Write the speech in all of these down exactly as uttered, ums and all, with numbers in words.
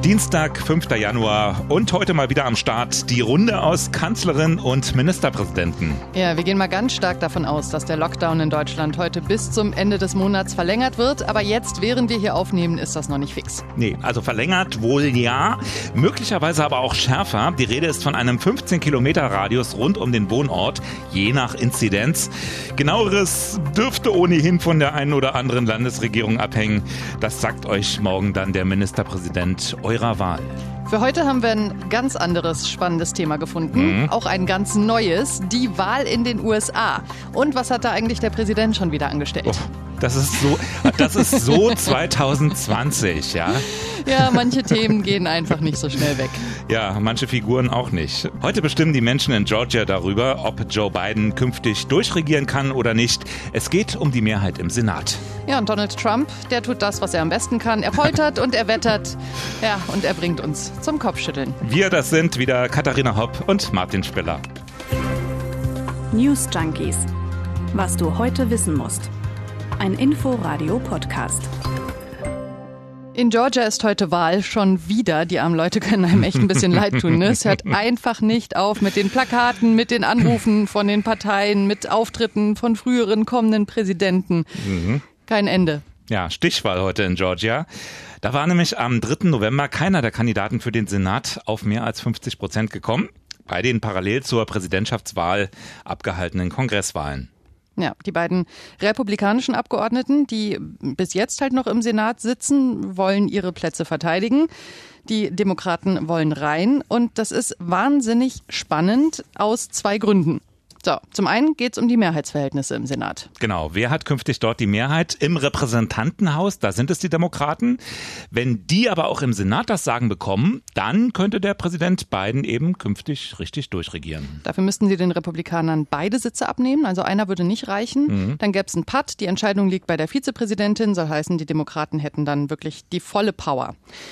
Dienstag, fünfter Januar und heute mal wieder am Start die Runde aus Kanzlerin und Ministerpräsidenten. Ja, wir gehen mal ganz stark davon aus, dass der Lockdown in Deutschland heute bis zum Ende des Monats verlängert wird. Aber jetzt, während wir hier aufnehmen, ist das noch nicht fix. Nee, also verlängert wohl ja, möglicherweise aber auch schärfer. Die Rede ist von einem fünfzehn Kilometer Radius rund um den Wohnort, je nach Inzidenz. Genaueres dürfte ohnehin von der einen oder anderen Landesregierung abhängen. Das sagt euch morgen dann der Ministerpräsident eurer Wahl. Für heute haben wir ein ganz anderes spannendes Thema gefunden. Mhm. Auch ein ganz neues, die Wahl in den U S A. Und was hat da eigentlich der Präsident schon wieder angestellt? Oh, das ist so, das ist so zwanzig zwanzig, ja? Ja, manche Themen gehen einfach nicht so schnell weg. Ja, manche Figuren auch nicht. Heute bestimmen die Menschen in Georgia darüber, ob Joe Biden künftig durchregieren kann oder nicht. Es geht um die Mehrheit im Senat. Ja, und Donald Trump, der tut das, was er am besten kann. Er poltert und er wettert. Ja, und er bringt uns zum Kopfschütteln. Wir, das sind wieder Katharina Hopp und Martin Spiller. News Junkies. Was du heute wissen musst. Ein Info-Radio-Podcast. In Georgia ist heute Wahl schon wieder. Die armen Leute können einem echt ein bisschen leid tun. Ne? Es hört einfach nicht auf mit den Plakaten, mit den Anrufen von den Parteien, mit Auftritten von früheren kommenden Präsidenten. Mhm. Kein Ende. Ja, Stichwahl heute in Georgia. Da war nämlich am dritten November keiner der Kandidaten für den Senat auf mehr als fünfzig Prozent gekommen, bei den parallel zur Präsidentschaftswahl abgehaltenen Kongresswahlen. Ja, die beiden republikanischen Abgeordneten, die bis jetzt halt noch im Senat sitzen, wollen ihre Plätze verteidigen. Die Demokraten wollen rein. Und das ist wahnsinnig spannend aus zwei Gründen. So, zum einen geht es um die Mehrheitsverhältnisse im Senat. Genau, wer hat künftig dort die Mehrheit? Im Repräsentantenhaus, da sind es die Demokraten. Wenn die aber auch im Senat das Sagen bekommen, dann könnte der Präsident Biden eben künftig richtig durchregieren. Dafür müssten sie den Republikanern beide Sitze abnehmen, also einer würde nicht reichen. Mhm. Dann gäbe es einen Patt, die Entscheidung liegt bei der Vizepräsidentin, soll heißen, die Demokraten hätten dann wirklich die volle Power.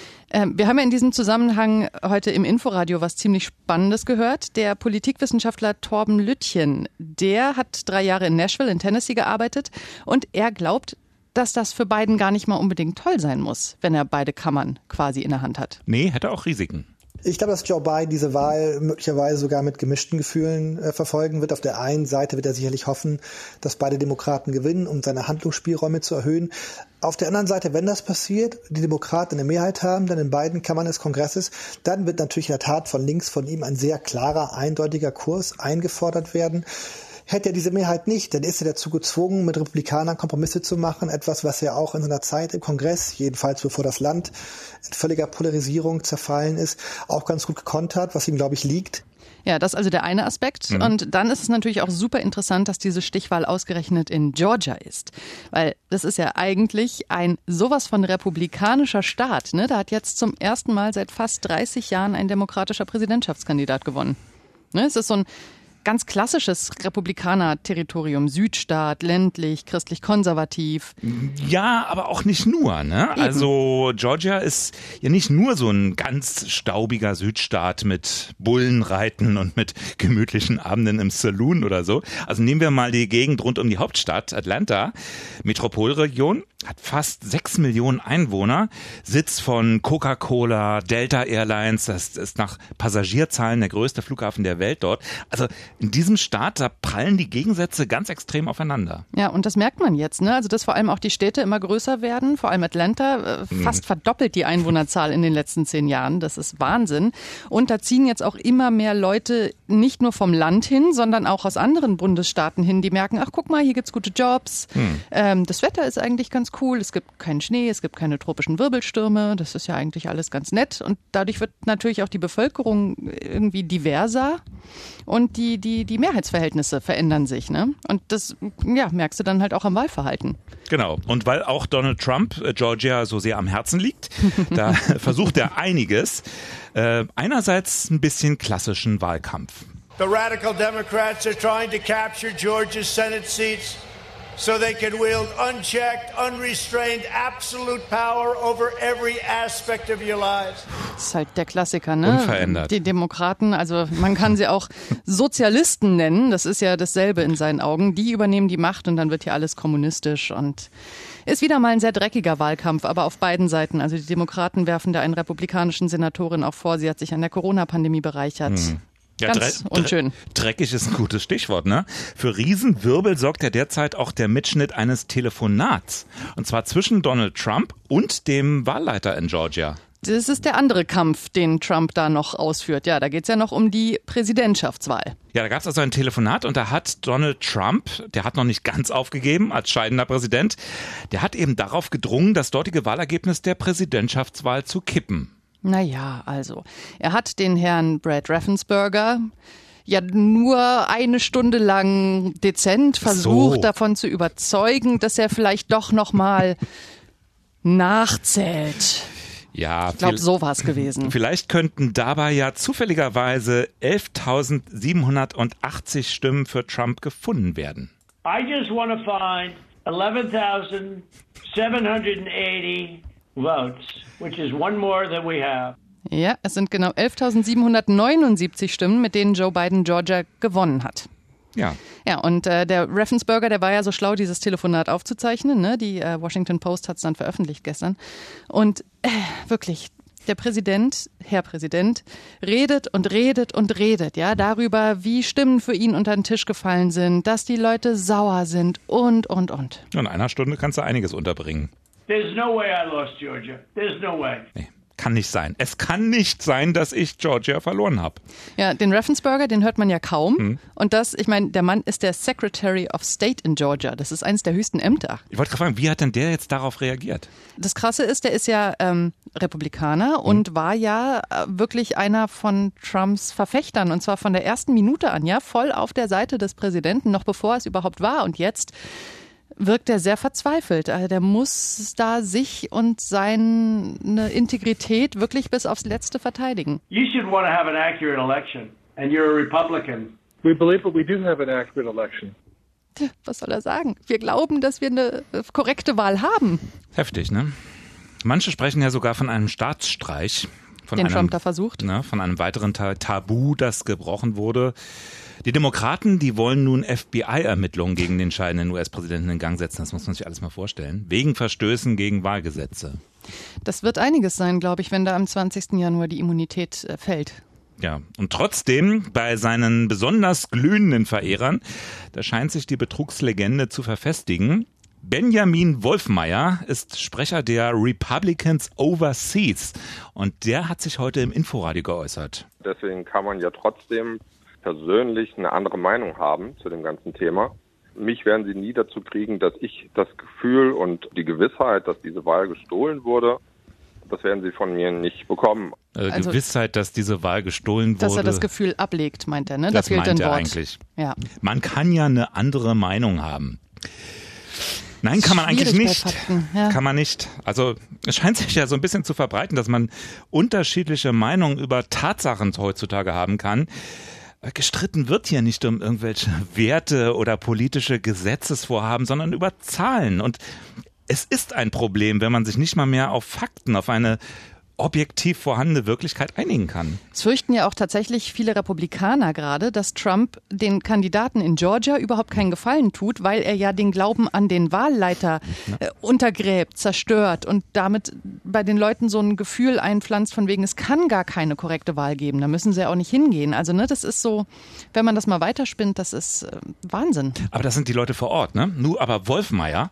Wir haben ja in diesem Zusammenhang heute im Inforadio was ziemlich Spannendes gehört. Der Politikwissenschaftler Torben Lüttchen, der hat drei Jahre in Nashville in Tennessee gearbeitet und er glaubt, dass das für Biden gar nicht mal unbedingt toll sein muss, wenn er beide Kammern quasi in der Hand hat. Nee, hätte auch Risiken. Ich glaube, dass Joe Biden diese Wahl möglicherweise sogar mit gemischten Gefühlen äh, verfolgen wird. Auf der einen Seite wird er sicherlich hoffen, dass beide Demokraten gewinnen, um seine Handlungsspielräume zu erhöhen. Auf der anderen Seite, wenn das passiert, die Demokraten eine Mehrheit haben, dann in beiden Kammern des Kongresses, dann wird natürlich in der Tat von links von ihm ein sehr klarer, eindeutiger Kurs eingefordert werden. Hätte er diese Mehrheit nicht, dann ist er dazu gezwungen, mit Republikanern Kompromisse zu machen. Etwas, was er auch in seiner Zeit im Kongress, jedenfalls bevor das Land in völliger Polarisierung zerfallen ist, auch ganz gut gekonnt hat, was ihm, glaube ich, liegt. Ja, das ist also der eine Aspekt. Mhm. Und dann ist es natürlich auch super interessant, dass diese Stichwahl ausgerechnet in Georgia ist. Weil das ist ja eigentlich ein sowas von republikanischer Staat. Ne? Da hat jetzt zum ersten Mal seit fast dreißig Jahren ein demokratischer Präsidentschaftskandidat gewonnen. Ne? Es ist so ein ganz klassisches Republikaner-Territorium, Südstaat, ländlich, christlich-konservativ. Ja, aber auch nicht nur, ne? Eben. Also Georgia ist ja nicht nur so ein ganz staubiger Südstaat mit Bullenreiten und mit gemütlichen Abenden im Saloon oder so. Also nehmen wir mal die Gegend rund um die Hauptstadt, Atlanta, Metropolregion, hat fast sechs Millionen Einwohner, Sitz von Coca-Cola, Delta Airlines, das ist nach Passagierzahlen der größte Flughafen der Welt dort. Also in diesem Staat, da prallen die Gegensätze ganz extrem aufeinander. Ja, und das merkt man jetzt, ne? Also dass vor allem auch die Städte immer größer werden, vor allem Atlanta, äh, fast mhm. verdoppelt die Einwohnerzahl in den letzten zehn Jahren. Das ist Wahnsinn. Und da ziehen jetzt auch immer mehr Leute nicht nur vom Land hin, sondern auch aus anderen Bundesstaaten hin, die merken, ach guck mal, hier gibt's gute Jobs. Mhm. Ähm, das Wetter ist eigentlich ganz cool, es gibt keinen Schnee, es gibt keine tropischen Wirbelstürme, das ist ja eigentlich alles ganz nett. Und dadurch wird natürlich auch die Bevölkerung irgendwie diverser und die Die, die Mehrheitsverhältnisse verändern sich, ne? Und das ja, merkst du dann halt auch am Wahlverhalten. Genau. Und weil auch Donald Trump äh, Georgia so sehr am Herzen liegt, da versucht er einiges. Äh, einerseits ein bisschen klassischen Wahlkampf. The radical Democrats are trying to capture Georgia's Senate seats so they can wield unchecked, unrestrained, absolute power over every aspect of your lives. Das ist halt der Klassiker, ne? Unverändert. Die Demokraten, also man kann sie auch Sozialisten nennen, das ist ja dasselbe in seinen Augen. Die übernehmen die Macht und dann wird hier alles kommunistisch und Ist wieder mal ein sehr dreckiger Wahlkampf, aber auf beiden Seiten. Also die Demokraten werfen da einen republikanischen Senatorin auch vor, sie hat sich an der Corona-Pandemie bereichert. Hm. Ja, Ganz dre- unschön. Dreckig ist ein gutes Stichwort, ne? Für Riesenwirbel sorgt ja derzeit auch der Mitschnitt eines Telefonats. Und zwar zwischen Donald Trump und dem Wahlleiter in Georgia. Das ist der andere Kampf, den Trump da noch ausführt. Ja, da geht's ja noch um die Präsidentschaftswahl. Ja, da gab es also ein Telefonat und da hat Donald Trump, der hat noch nicht ganz aufgegeben als scheidender Präsident, der hat eben darauf gedrungen, das dortige Wahlergebnis der Präsidentschaftswahl zu kippen. Naja, also, er hat den Herrn Brad Raffensperger ja nur eine Stunde lang dezent versucht, so. davon zu überzeugen, dass er vielleicht doch noch mal nachzählt. Ja, ich glaube, so war es gewesen. Vielleicht könnten dabei ja zufälligerweise elftausendsiebenhundertachtzig Stimmen für Trump gefunden werden. I just want to find eleven thousand seven hundred eighty votes, which is one more than we have. Ja, es sind genau elftausendsiebenhundertneunundsiebzig Stimmen, mit denen Joe Biden Georgia gewonnen hat. Ja. Ja, und äh, der Raffensperger, der war ja so schlau, dieses Telefonat aufzuzeichnen. Ne? Die äh, Washington Post hat es dann veröffentlicht gestern. Und äh, wirklich, der Präsident, Herr Präsident, redet und redet und redet, ja, darüber, wie Stimmen für ihn unter den Tisch gefallen sind, dass die Leute sauer sind und, und, und. In einer Stunde kannst du einiges unterbringen. There's no way I lost Georgia. There's no way. Nee. Kann nicht sein. Es kann nicht sein, dass ich Georgia verloren habe. Ja, den Raffensperger, den hört man ja kaum. Hm. Und das, ich meine, der Mann ist der Secretary of State in Georgia. Das ist eines der höchsten Ämter. Ich wollte gerade fragen, wie hat denn der jetzt darauf reagiert? Das Krasse ist, der ist ja ähm, Republikaner hm. und war ja äh, wirklich einer von Trumps Verfechtern. Und zwar von der ersten Minute an, ja, voll auf der Seite des Präsidenten, noch bevor es überhaupt war. Und jetzt wirkt er sehr verzweifelt. Also der muss da sich und seine Integrität wirklich bis aufs Letzte verteidigen. You should want to have an accurate election, and you're a Republican. We believe that we do have an accurate election. Was soll er sagen? Wir glauben, dass wir eine korrekte Wahl haben. Heftig, ne? Manche sprechen ja sogar von einem Staatsstreich. Von Den einem, Trump da versucht. Ne, von einem weiteren Tabu, das gebrochen wurde. Die Demokraten, die wollen nun F B I-Ermittlungen gegen den scheidenden U S-Präsidenten in Gang setzen. Das muss man sich alles mal vorstellen. Wegen Verstößen gegen Wahlgesetze. Das wird einiges sein, glaube ich, wenn da am zwanzigsten Januar die Immunität äh, fällt. Ja, und trotzdem, bei seinen besonders glühenden Verehrern, da scheint sich die Betrugslegende zu verfestigen. Benjamin Wolfmeyer ist Sprecher der Republicans Overseas und der hat sich heute im Inforadio geäußert. Deswegen kann man ja trotzdem persönlich eine andere Meinung haben zu dem ganzen Thema. Mich werden sie nie dazu kriegen, dass ich das Gefühl und die Gewissheit, dass diese Wahl gestohlen wurde, das werden sie von mir nicht bekommen. Also, also Gewissheit, dass diese Wahl gestohlen wurde. Dass er das Gefühl ablegt, meint er, ne? Das da fehlt meint ein er Wort. eigentlich. Ja. Man kann ja eine andere Meinung haben. Nein, kann man eigentlich nicht. Ja. Kann man nicht. Also es scheint sich ja so ein bisschen zu verbreiten, dass man unterschiedliche Meinungen über Tatsachen heutzutage haben kann. Gestritten wird hier nicht um irgendwelche Werte oder politische Gesetzesvorhaben, sondern über Zahlen. Und es ist ein Problem, wenn man sich nicht mal mehr auf Fakten, auf eine objektiv vorhandene Wirklichkeit einigen kann. Es fürchten ja auch tatsächlich viele Republikaner gerade, dass Trump den Kandidaten in Georgia überhaupt keinen Gefallen tut, weil er ja den Glauben an den Wahlleiter äh, untergräbt, zerstört und damit bei den Leuten so ein Gefühl einpflanzt von wegen, es kann gar keine korrekte Wahl geben, da müssen sie auch nicht hingehen. Also ne, das ist so, wenn man das mal weiterspinnt, das ist äh, Wahnsinn. Aber das sind die Leute vor Ort, ne? Nur aber Wolfmeyer,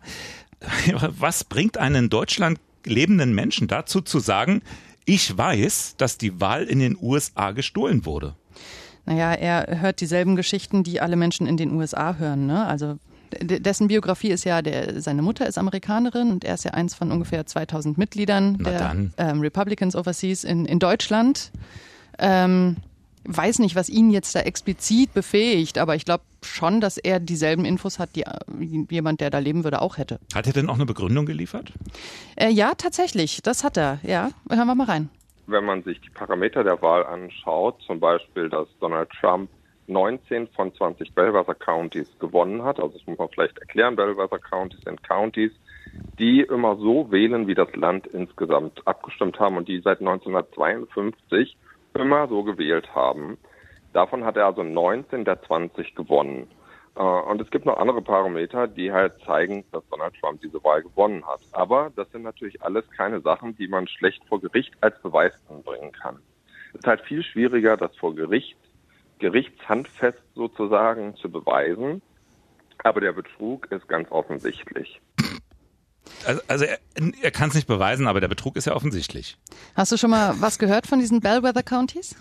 was bringt einen in Deutschland lebenden Menschen dazu zu sagen, ich weiß, dass die Wahl in den U S A gestohlen wurde? Naja, er hört dieselben Geschichten, die alle Menschen in den U S A hören, ne? Also d- dessen Biografie ist ja, der, seine Mutter ist Amerikanerin und er ist ja eins von ungefähr zweitausend Mitgliedern Na der dann. ähm, Republicans Overseas in, in Deutschland. Ähm, weiß nicht, was ihn jetzt da explizit befähigt, aber ich glaube schon, dass er dieselben Infos hat, die jemand, der da leben würde, auch hätte. Hat er denn auch eine Begründung geliefert? Äh, ja, tatsächlich, das hat er. Ja, hören wir mal rein. Wenn man sich die Parameter der Wahl anschaut, zum Beispiel, dass Donald Trump neunzehn von zwanzig Bellwether Counties gewonnen hat, also das muss man vielleicht erklären, Bellwether Counties sind Counties, die immer so wählen, wie das Land insgesamt abgestimmt haben und die seit neunzehnhundertzweiundfünfzig immer so gewählt haben. Davon hat er also neunzehn der zwanzig gewonnen. Und es gibt noch andere Parameter, die halt zeigen, dass Donald Trump diese Wahl gewonnen hat. Aber das sind natürlich alles keine Sachen, die man schlecht vor Gericht als Beweis anbringen kann. Es ist halt viel schwieriger, das vor Gericht, gerichtshandfest sozusagen zu beweisen. Aber der Betrug ist ganz offensichtlich. Also, also er, er kann es nicht beweisen, aber der Betrug ist ja offensichtlich. Hast du schon mal was gehört von diesen Bellwether Counties?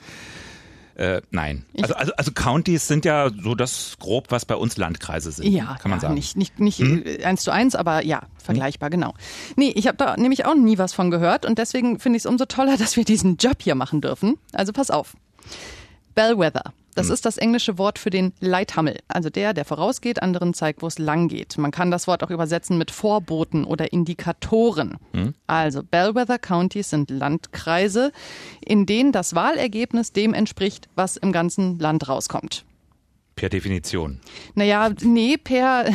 Äh, nein. Also, also, also Counties sind ja so das grob, was bei uns Landkreise sind, ja, kann man ja, sagen. Nicht, nicht, nicht hm? eins zu eins, aber ja, vergleichbar, hm? genau. Nee, ich habe da nämlich auch nie was von gehört und deswegen finde ich es umso toller, dass wir diesen Job hier machen dürfen. Also pass auf. Bellwether. Das ist das englische Wort für den Leithammel, also der, der vorausgeht, anderen zeigt, wo es lang geht. Man kann das Wort auch übersetzen mit Vorboten oder Indikatoren. Hm. Also Bellwether Counties sind Landkreise, in denen das Wahlergebnis dem entspricht, was im ganzen Land rauskommt. Per Definition. Naja, nee, per,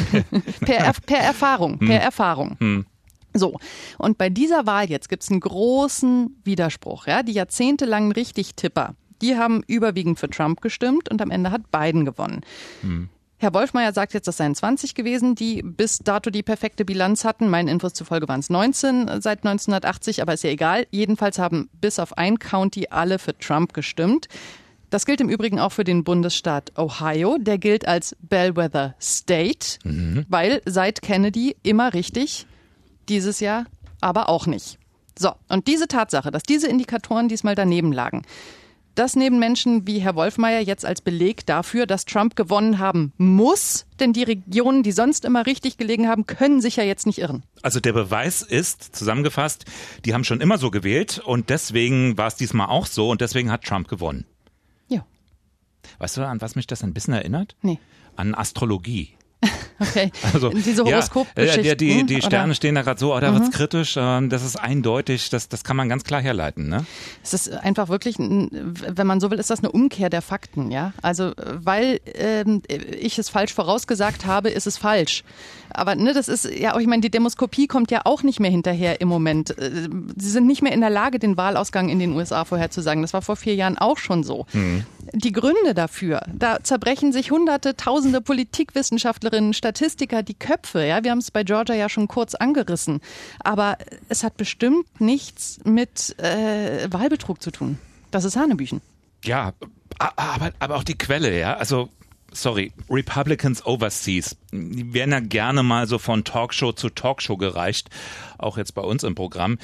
per, per Erfahrung, hm. per Erfahrung. Hm. So, und bei dieser Wahl jetzt gibt es einen großen Widerspruch. Ja? Die jahrzehntelangen Richtigtipper, die haben überwiegend für Trump gestimmt und am Ende hat Biden gewonnen. Hm. Herr Wolfmeier sagt jetzt, das seien zwanzig gewesen, die bis dato die perfekte Bilanz hatten. Meinen Infos zufolge waren es neunzehn seit neunzehnhundertachtzig, aber ist ja egal. Jedenfalls haben bis auf ein County alle für Trump gestimmt. Das gilt im Übrigen auch für den Bundesstaat Ohio. Der gilt als Bellwether State, mhm. weil seit Kennedy immer richtig, dieses Jahr aber auch nicht. So, und diese Tatsache, dass diese Indikatoren diesmal daneben lagen, das nehmen Menschen wie Herr Wolfmeier jetzt als Beleg dafür, dass Trump gewonnen haben muss, denn die Regionen, die sonst immer richtig gelegen haben, können sich ja jetzt nicht irren. Also der Beweis ist, zusammengefasst, die haben schon immer so gewählt und deswegen war es diesmal auch so und deswegen hat Trump gewonnen. Ja. Weißt du, an was mich das ein bisschen erinnert? Nee. An Astrologie. Okay, also, diese Horoskopgeschichten. Ja, die, die Sterne oder? stehen da gerade so, oh, da mhm. wird's kritisch, das ist eindeutig, das, das kann man ganz klar herleiten. Ne? Es ist einfach wirklich, wenn man so will, ist das eine Umkehr der Fakten. Ja, also weil ähm, ich es falsch vorausgesagt habe, ist es falsch. Aber ne, das ist ja auch, ich meine, die Demoskopie kommt ja auch nicht mehr hinterher im Moment. Sie sind nicht mehr in der Lage, den Wahlausgang in den U S A vorherzusagen. Das war vor vier Jahren auch schon so. Mhm. Die Gründe dafür, da zerbrechen sich hunderte, tausende Politikwissenschaftlerinnen, Statistiker die Köpfe. Ja, wir haben es bei Georgia ja schon kurz angerissen. Aber es hat bestimmt nichts mit äh, Wahlbetrug zu tun. Das ist Hanebüchen. Ja, aber, aber auch die Quelle, ja, also sorry, Republicans Overseas, die werden ja gerne mal so von Talkshow zu Talkshow gereicht, auch jetzt bei uns im Programm.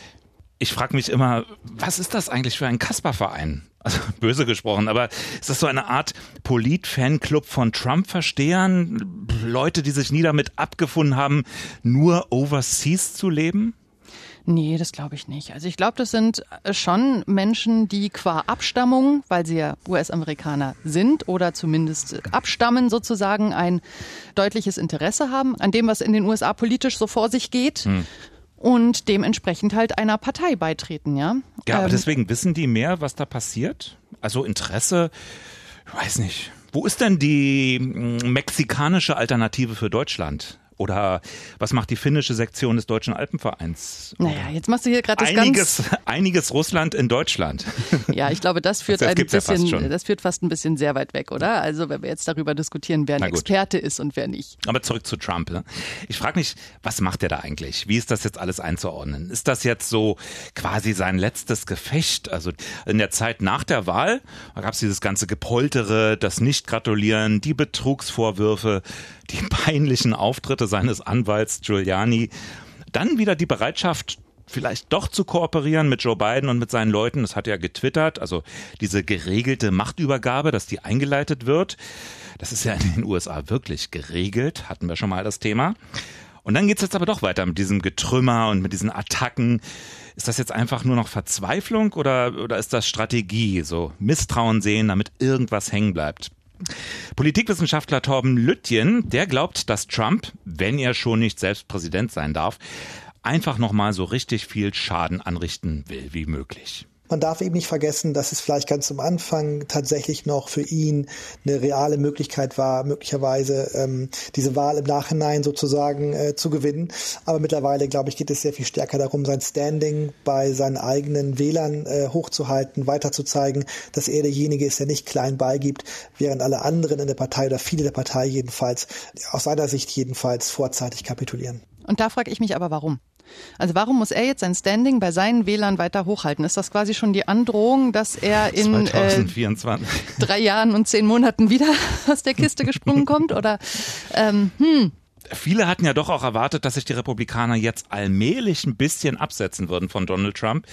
Ich frage mich immer, was ist das eigentlich für ein Kasperverein? Also böse gesprochen, aber ist das so eine Art Polit-Fanclub von Trump-Verstehern? Leute, die sich nie damit abgefunden haben, nur overseas zu leben? Nee, das glaube ich nicht. Also ich glaube, das sind schon Menschen, die qua Abstammung, weil sie ja U S-Amerikaner sind oder zumindest abstammen sozusagen, ein deutliches Interesse haben an dem, was in den U S A politisch so vor sich geht. Hm. Und dementsprechend halt einer Partei beitreten, ja. Ja, aber ähm, deswegen wissen die mehr, was da passiert? Also Interesse, ich weiß nicht. Wo ist denn die mexikanische Alternative für Deutschland? Oder was macht die finnische Sektion des Deutschen Alpenvereins? Naja, jetzt machst du hier gerade das einiges, ganz... Einiges Russland in Deutschland. Ja, ich glaube, das führt, das ein bisschen, ja das führt fast ein bisschen sehr weit weg, oder? Also wenn wir jetzt darüber diskutieren, wer ein Experte ist und wer nicht. Aber zurück zu Trump. Ne? Ich frage mich, was macht er da eigentlich? Wie ist das jetzt alles einzuordnen? Ist das jetzt so quasi sein letztes Gefecht? Also in der Zeit nach der Wahl, da gab es dieses ganze Gepoltere, das Nicht-Gratulieren, die Betrugsvorwürfe, die peinlichen Auftritte seines Anwalts Giuliani, dann wieder die Bereitschaft, vielleicht doch zu kooperieren mit Joe Biden und mit seinen Leuten. Das hat er getwittert, also diese geregelte Machtübergabe, dass die eingeleitet wird. Das ist ja in den U S A wirklich geregelt, hatten wir schon mal das Thema. Und dann geht's jetzt aber doch weiter mit diesem Getrümmer und mit diesen Attacken. Ist das jetzt einfach nur noch Verzweiflung oder, oder ist das Strategie, so Misstrauen sehen, damit irgendwas hängen bleibt? Politikwissenschaftler Torben Lüttjen, der glaubt, dass Trump, wenn er schon nicht selbst Präsident sein darf, einfach nochmal so richtig viel Schaden anrichten will wie möglich. Man darf eben nicht vergessen, dass es vielleicht ganz am Anfang tatsächlich noch für ihn eine reale Möglichkeit war, möglicherweise ähm, diese Wahl im Nachhinein sozusagen äh, zu gewinnen. Aber mittlerweile, glaube ich, geht es sehr viel stärker darum, sein Standing bei seinen eigenen Wählern äh, hochzuhalten, weiterzuzeigen, dass er derjenige ist, der nicht klein beigibt, während alle anderen in der Partei oder viele der Partei jedenfalls, aus seiner Sicht jedenfalls, vorzeitig kapitulieren. Und da frage ich mich aber, warum? Also warum muss er jetzt sein Standing bei seinen Wählern weiter hochhalten? Ist das quasi schon die Androhung, dass er in zwanzig vierundzwanzig äh, drei Jahren und zehn Monaten wieder aus der Kiste gesprungen kommt? Oder ähm, hm. Viele hatten ja doch auch erwartet, dass sich die Republikaner jetzt allmählich ein bisschen absetzen würden von Donald Trump.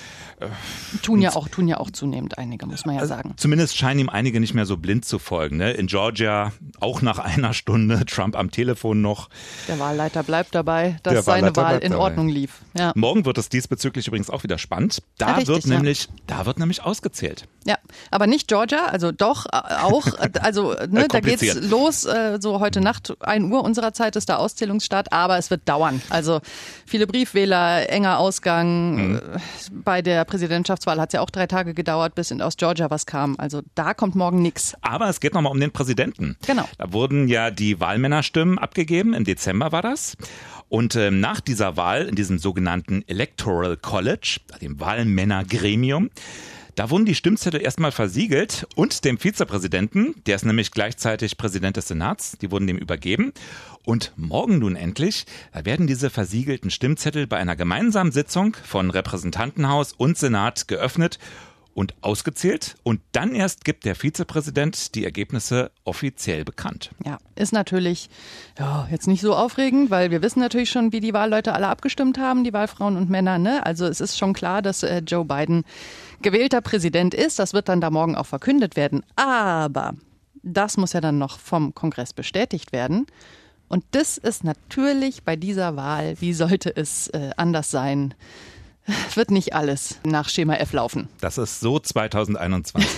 Tun ja auch, tun ja auch zunehmend einige, muss man ja also sagen. Zumindest scheinen ihm einige nicht mehr so blind zu folgen. Ne? In Georgia auch nach einer Stunde, Trump am Telefon noch. Der Wahlleiter bleibt dabei, dass Der seine Wahlleiter Wahl bleibt in dabei. Ordnung lief. Ja. Morgen wird es diesbezüglich übrigens auch wieder spannend. Da Ja, richtig, wird nämlich, ja. da wird nämlich ausgezählt. Ja, aber nicht Georgia, also doch äh, auch, also ne, da geht's Kompliziert. los, äh, so heute Nacht, ein Uhr unserer Zeit ist der Auszählungsstart, aber es wird dauern. Also viele Briefwähler, enger Ausgang. Mhm. Äh, bei der Präsidentschaftswahl hat es ja auch drei Tage gedauert, bis in, aus Georgia was kam. Also da kommt morgen nichts. Aber es geht nochmal um den Präsidenten. Genau. Da wurden ja die Wahlmännerstimmen abgegeben, im Dezember war das. Und äh, nach dieser Wahl, in diesem sogenannten Electoral College, dem Wahlmännergremium, da wurden die Stimmzettel erstmal versiegelt und dem Vizepräsidenten, der ist nämlich gleichzeitig Präsident des Senats, die wurden dem übergeben. Und morgen nun endlich, da werden diese versiegelten Stimmzettel bei einer gemeinsamen Sitzung von Repräsentantenhaus und Senat geöffnet und ausgezählt. Und dann erst gibt der Vizepräsident die Ergebnisse offiziell bekannt. Ja, ist natürlich ja, jetzt nicht so aufregend, weil wir wissen natürlich schon, wie die Wahlleute alle abgestimmt haben, die Wahlfrauen und Männer. Ne? Also es ist schon klar, dass äh, Joe Biden gewählter Präsident ist. Das wird dann da morgen auch verkündet werden. Aber das muss ja dann noch vom Kongress bestätigt werden. Und das ist natürlich bei dieser Wahl, wie sollte es äh, anders sein, wird nicht alles nach Schema F laufen. Das ist so zwanzig einundzwanzig.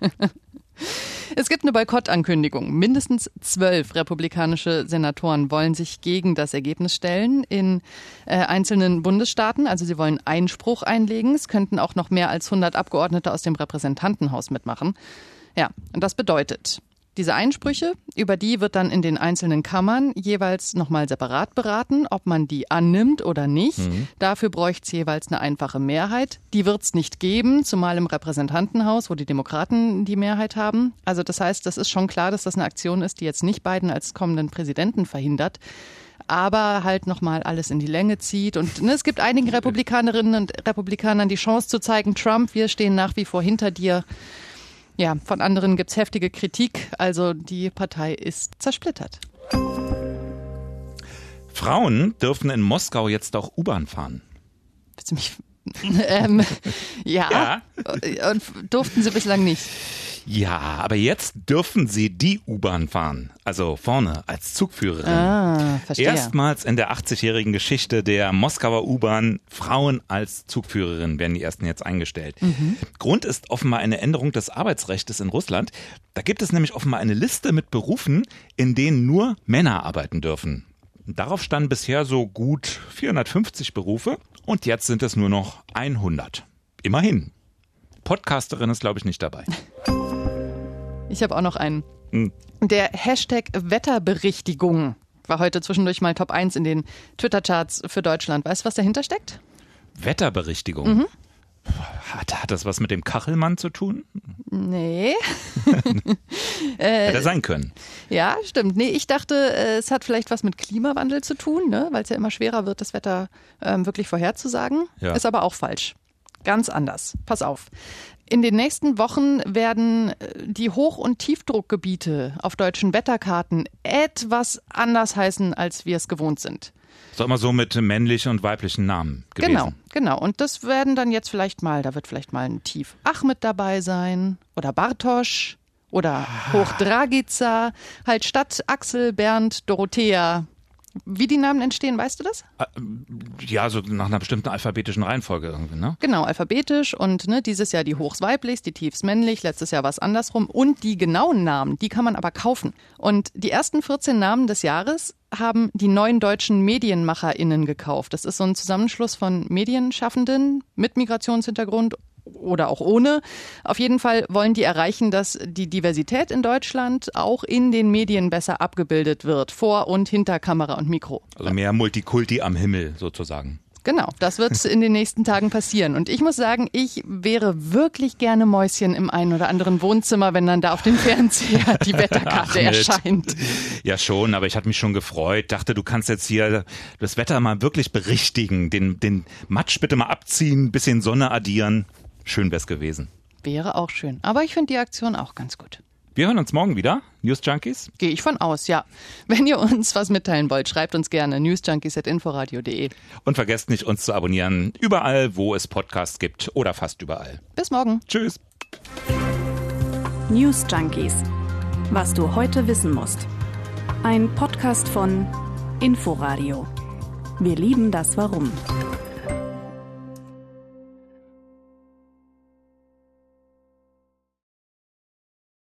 Es gibt eine Boykottankündigung. Mindestens zwölf republikanische Senatoren wollen sich gegen das Ergebnis stellen in äh, einzelnen Bundesstaaten. Also sie wollen Einspruch einlegen. Es könnten auch noch mehr als hundert Abgeordnete aus dem Repräsentantenhaus mitmachen. Ja, und das bedeutet, diese Einsprüche, über die wird dann in den einzelnen Kammern jeweils nochmal separat beraten, ob man die annimmt oder nicht. Mhm. Dafür bräuchte es jeweils eine einfache Mehrheit. Die wird es nicht geben, zumal im Repräsentantenhaus, wo die Demokraten die Mehrheit haben. Also das heißt, das ist schon klar, dass das eine Aktion ist, die jetzt nicht Biden als kommenden Präsidenten verhindert, aber halt nochmal alles in die Länge zieht. Und ne, es gibt einigen Republikanerinnen und Republikanern die Chance zu zeigen, Trump, wir stehen nach wie vor hinter dir. Ja, von anderen gibt's heftige Kritik. Also die Partei ist zersplittert. Frauen dürfen in Moskau jetzt auch U-Bahn fahren. Willst du mich... ähm, ja, Ja. Und durften sie bislang nicht. Ja, aber jetzt dürfen sie die U-Bahn fahren. Also vorne als Zugführerin. Ah, verstehe. Erstmals in der achtzigjährigen Geschichte der Moskauer U-Bahn Frauen als Zugführerin werden die ersten jetzt eingestellt. Mhm. Grund ist offenbar eine Änderung des Arbeitsrechts in Russland. Da gibt es nämlich offenbar eine Liste mit Berufen, in denen nur Männer arbeiten dürfen. Darauf standen bisher so gut vierhundertfünfzig Berufe und jetzt sind es nur noch hundert. Immerhin. Podcasterin ist, glaube ich, nicht dabei. Ich habe auch noch einen. Hm. Der Hashtag Wetterberichtigung war heute zwischendurch mal Top eins in den Twitter-Charts für Deutschland. Weißt du, was dahinter steckt? Wetterberichtigung? Mhm. Hat, hat das was mit dem Kachelmann zu tun? Nee. Hätte sein können. Ja, stimmt. Nee, ich dachte, es hat vielleicht was mit Klimawandel zu tun, ne? Weil es ja immer schwerer wird, das Wetter ähm, wirklich vorherzusagen. Ja. Ist aber auch falsch. Ganz anders. Pass auf. In den nächsten Wochen werden die Hoch- und Tiefdruckgebiete auf deutschen Wetterkarten etwas anders heißen, als wir es gewohnt sind. So immer so mit männlichen und weiblichen Namen gewesen. Genau, genau. Und das werden dann jetzt vielleicht mal, da wird vielleicht mal ein Tief Achmed dabei sein oder Bartosch oder Hoch Dragica, halt statt Axel, Bernd, Dorothea. Wie die Namen entstehen, weißt du das? Ja, so nach einer bestimmten alphabetischen Reihenfolge irgendwie, ne? Genau, alphabetisch und ne, dieses Jahr die Hochs weiblich, die Tiefs männlich, letztes Jahr war es andersrum. Und die genauen Namen, die kann man aber kaufen. Und die ersten vierzehn Namen des Jahres haben die neuen deutschen MedienmacherInnen gekauft. Das ist so ein Zusammenschluss von Medienschaffenden mit Migrationshintergrund oder auch ohne. Auf jeden Fall wollen die erreichen, dass die Diversität in Deutschland auch in den Medien besser abgebildet wird, vor und hinter Kamera und Mikro. Also mehr Multikulti am Himmel sozusagen. Genau, das wird in den nächsten Tagen passieren. Und ich muss sagen, ich wäre wirklich gerne Mäuschen im einen oder anderen Wohnzimmer, wenn dann da auf dem Fernseher die Wetterkarte erscheint. Ja schon, aber ich hatte mich schon gefreut. Dachte, du kannst jetzt hier das Wetter mal wirklich berichtigen. Den, den Matsch bitte mal abziehen, bisschen Sonne addieren. Schön wär's gewesen. Wäre auch schön. Aber ich finde die Aktion auch ganz gut. Wir hören uns morgen wieder. News Junkies? Gehe ich von aus, ja. Wenn ihr uns was mitteilen wollt, schreibt uns gerne newsjunkies at inforadio punkt de. Und vergesst nicht, uns zu abonnieren, überall, wo es Podcasts gibt oder fast überall. Bis morgen. Tschüss. News Junkies. Was du heute wissen musst. Ein Podcast von Inforadio. Wir lieben das Warum.